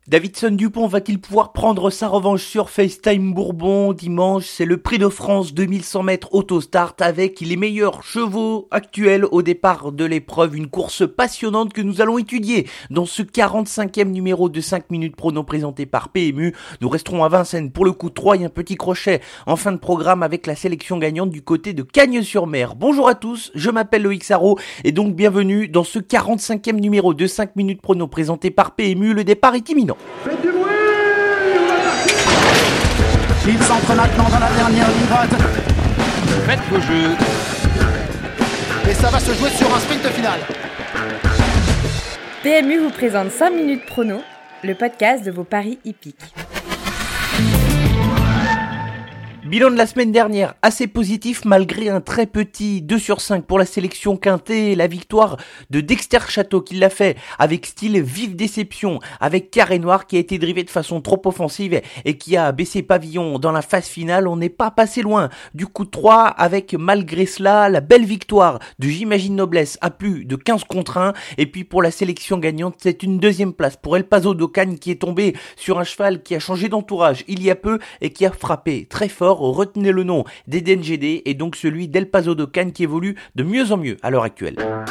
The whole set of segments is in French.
Davidson Dupont va-t-il pouvoir prendre sa revanche sur FaceTime Bourbon? Dimanche, c'est le Prix de France 2100 mètres autostart avec les meilleurs chevaux actuels au départ de l'épreuve. Une course passionnante que nous allons étudier dans ce 45e numéro de 5 minutes prono présenté par PMU. Nous resterons à Vincennes pour le coup de 3 et un petit crochet en fin de programme avec la sélection gagnante du côté de Cagnes-sur-Mer. Bonjour à tous, je m'appelle Loïc Sarro et donc bienvenue dans ce 45e numéro de 5 minutes prono présenté par PMU. Le départ est imminent. Faites du bruit, on va partir. Il s'entre maintenant dans la dernière ligne droite. Faites vos jeux. Et ça va se jouer sur un sprint final. PMU vous présente 5 minutes prono, le podcast de vos paris hippiques. Bilan de la semaine dernière, assez positif malgré un très petit 2 sur 5 pour la sélection quintée. La victoire de Dexter Château qui l'a fait avec style, vive déception avec Carré Noir qui a été drivé de façon trop offensive et qui a baissé pavillon dans la phase finale. On n'est pas passé loin du coup de 3 avec malgré cela la belle victoire de J'imagine Noblesse à plus de 15 contre 1. Et puis pour la sélection gagnante, c'est une deuxième place pour El Paso d'Ocagne qui est tombé sur un cheval qui a changé d'entourage il y a peu et qui a frappé très fort. Retenez le nom d'Eden GD et donc celui d'El Paso d'Ocagne qui évolue de mieux en mieux à l'heure actuelle.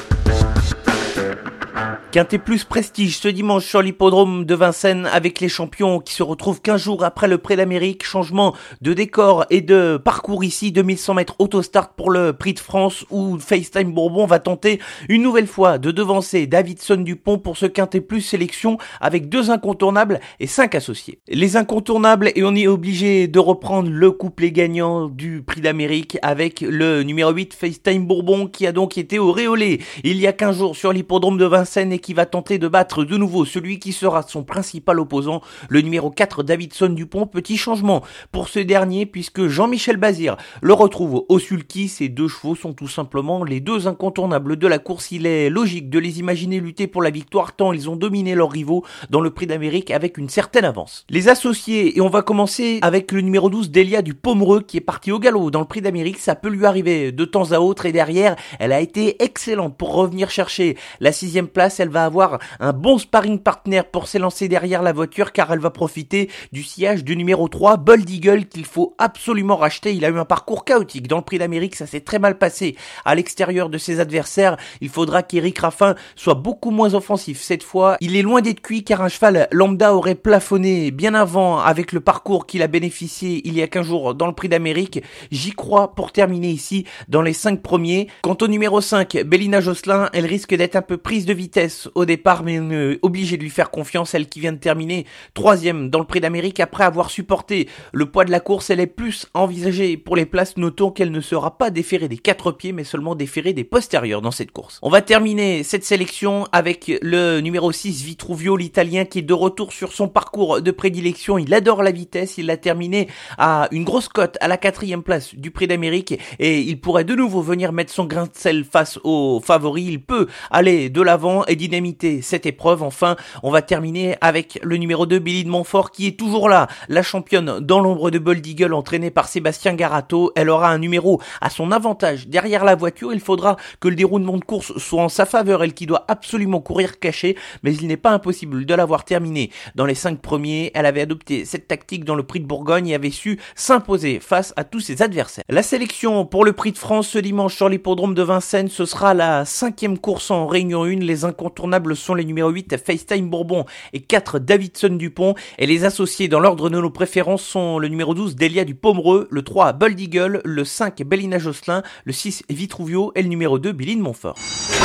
Quintet plus prestige ce dimanche sur l'hippodrome de Vincennes avec les champions qui se retrouvent 15 jours après le Prix d'Amérique. Changement de décor et de parcours ici, 2100 mètres autostart pour le Prix de France où FaceTime Bourbon va tenter une nouvelle fois de devancer Davidson Dupont pour ce Quintet plus sélection avec 2 incontournables et 5 associés. Les incontournables, et on est obligé de reprendre le couplet gagnant du Prix d'Amérique avec le numéro 8 FaceTime Bourbon qui a donc été auréolé il y a 15 jours sur l'hippodrome de Vincennes et qui va tenter de battre de nouveau celui qui sera son principal opposant, le numéro 4 Davidson Dupont. Petit changement pour ce dernier puisque Jean-Michel Bazir le retrouve au sulky. Ces 2 chevaux sont tout simplement les 2 incontournables de la course. Il est logique de les imaginer lutter pour la victoire tant ils ont dominé leurs rivaux dans le Prix d'Amérique avec une certaine avance. Les associés, et on va commencer avec le numéro 12 Delia du Pomereux qui est parti au galop dans le Prix d'Amérique. Ça peut lui arriver de temps à autre et derrière elle a été excellente pour revenir chercher la 6e place. Elle va avoir un bon sparring partner pour s'élancer derrière la voiture car elle va profiter du sillage du numéro 3 Bold Eagle qu'il faut absolument racheter. Il a eu un parcours chaotique dans le Prix d'Amérique, ça s'est très mal passé à l'extérieur de ses adversaires. Il faudra qu'Éric Raffin soit beaucoup moins offensif cette fois. Il est loin d'être cuit car un cheval lambda aurait plafonné bien avant avec le parcours qu'il a bénéficié il y a 15 jours dans le Prix d'Amérique. J'y crois pour terminer ici dans les 5 premiers. Quant au numéro 5, Bélina Josselin, elle risque d'être un peu prise de vitesse au départ mais obligée de lui faire confiance. Elle qui vient de terminer 3e dans le Prix d'Amérique après avoir supporté le poids de la course. Elle est plus envisagée pour les places. Notons qu'elle ne sera pas déférée des 4 pieds mais seulement déférée des postérieurs dans cette course. On va terminer cette sélection avec le numéro 6 Vitruvio, l'italien qui est de retour sur son parcours de prédilection. Il adore la vitesse, il a terminé à une grosse cote à la 4e place du Prix d'Amérique et il pourrait de nouveau venir mettre son grain de sel face aux favoris. Il peut aller de l'avant et dynamiter cette épreuve. Enfin, on va terminer avec le numéro 2 Billy de Montfort qui est toujours là, la championne dans l'ombre de Bold Eagle entraînée par Sébastien Garato. Elle aura un numéro à son avantage derrière la voiture. Il faudra que le déroulement de course soit en sa faveur, elle qui doit absolument courir cachée, mais il n'est pas impossible de l'avoir terminée dans les 5 premiers. Elle avait adopté cette tactique dans le Prix de Bourgogne et avait su s'imposer face à tous ses adversaires. La sélection pour le Prix de France ce dimanche sur l'hippodrome de Vincennes, ce sera la 5e course en Réunion 1. Les incontournables sont les numéros 8 FaceTime Bourbon et 4 Davidson Dupont et les associés dans l'ordre de nos préférences sont le numéro 12 Delia du Pomereux, le 3 Bold Eagle, le 5 Bélina Josselin, le 6 Vitruvio et le numéro 2 Billy de Montfort.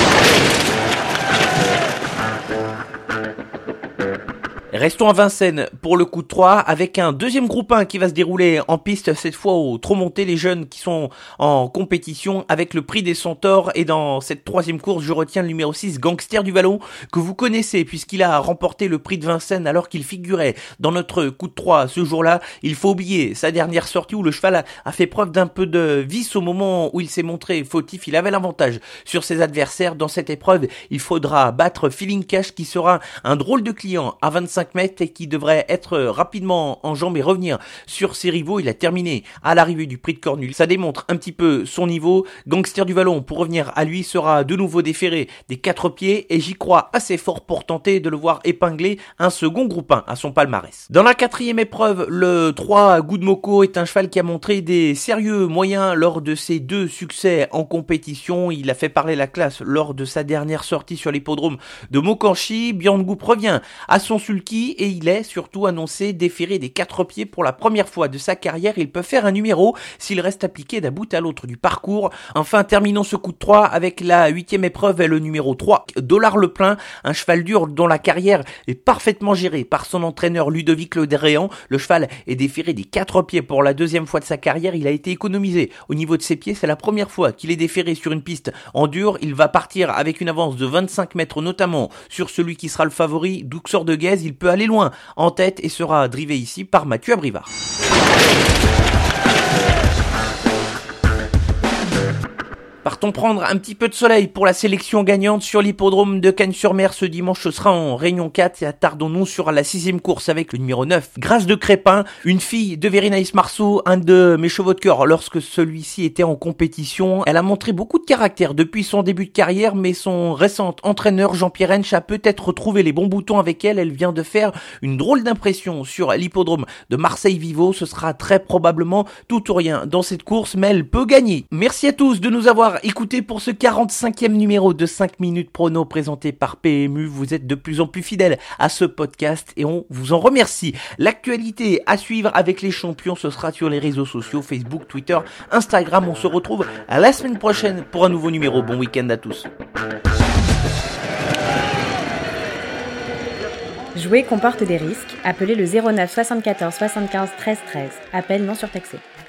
Restons à Vincennes pour le coup de 3 avec un deuxième groupe 1 qui va se dérouler en piste cette fois au Trop-Monté, les jeunes qui sont en compétition avec le Prix des Centaures. Et dans cette 3e course, je retiens le numéro 6 Gangster du Vallon que vous connaissez puisqu'il a remporté le Prix de Vincennes alors qu'il figurait dans notre coup de 3 ce jour-là. Il faut oublier sa dernière sortie où le cheval a fait preuve d'un peu de vice au moment où il s'est montré fautif. Il avait l'avantage sur ses adversaires. Dans cette épreuve, il faudra battre Feeling Cash qui sera un drôle de client à 25 25 mètres et qui devrait être rapidement en jambes et revenir sur ses rivaux. Il a terminé à l'arrivée du prix de Cornul. Ça démontre un petit peu son niveau. Gangster du Vallon, pour revenir à lui, sera de nouveau déféré des 4 pieds et j'y crois assez fort pour tenter de le voir épingler un second groupe 1 à son palmarès. Dans la 4e épreuve, le 3 Goudmoko est un cheval qui a montré des sérieux moyens lors de ses 2 succès en compétition. Il a fait parler la classe lors de sa dernière sortie sur l'hippodrome de Mokanchi. Björn Goop revient à son sulky et il est surtout annoncé déféré des 4 pieds pour la première fois de sa carrière. Il peut faire un numéro s'il reste appliqué d'un bout à l'autre du parcours. Enfin, terminons ce coup de 3 avec la 8e épreuve et le numéro 3, Dollar Le Plein, un cheval dur dont la carrière est parfaitement gérée par son entraîneur Ludovic Le Dréan. Le cheval est déféré des 4 pieds pour la 2e fois de sa carrière. Il a été économisé au niveau de ses pieds. C'est la première fois qu'il est déféré sur une piste en dur. Il va partir avec une avance de 25 mètres, notamment sur celui qui sera le favori, Duxor de Guez. Il peut aller loin en tête et sera drivé ici par Mathieu Abrivard. Partons prendre un petit peu de soleil pour la sélection gagnante sur l'hippodrome de Cagnes-sur-Mer ce dimanche. Ce sera en Réunion 4 et attardons-nous sur la 6e course avec le numéro 9, Grâce de Crépin, une fille de Vérénaïs Marceau, un de mes chevaux de cœur lorsque celui-ci était en compétition. Elle a montré beaucoup de caractère depuis son début de carrière, mais son récent entraîneur Jean-Pierre Hench a peut-être retrouvé les bons boutons avec elle. Elle vient de faire une drôle d'impression sur l'hippodrome de Marseille-Vivo. Ce sera très probablement tout ou rien dans cette course, mais elle peut gagner. Merci à tous de nous avoir écoutez pour ce 45e numéro de 5 minutes prono présenté par PMU. Vous êtes de plus en plus fidèles à ce podcast et on vous en remercie. L'actualité à suivre avec les champions, ce sera sur les réseaux sociaux, Facebook, Twitter, Instagram. On se retrouve à la semaine prochaine pour un nouveau numéro. Bon week-end à tous. Jouer comporte des risques. Appelez le 09 74 75 13 13. Appel non surtaxé.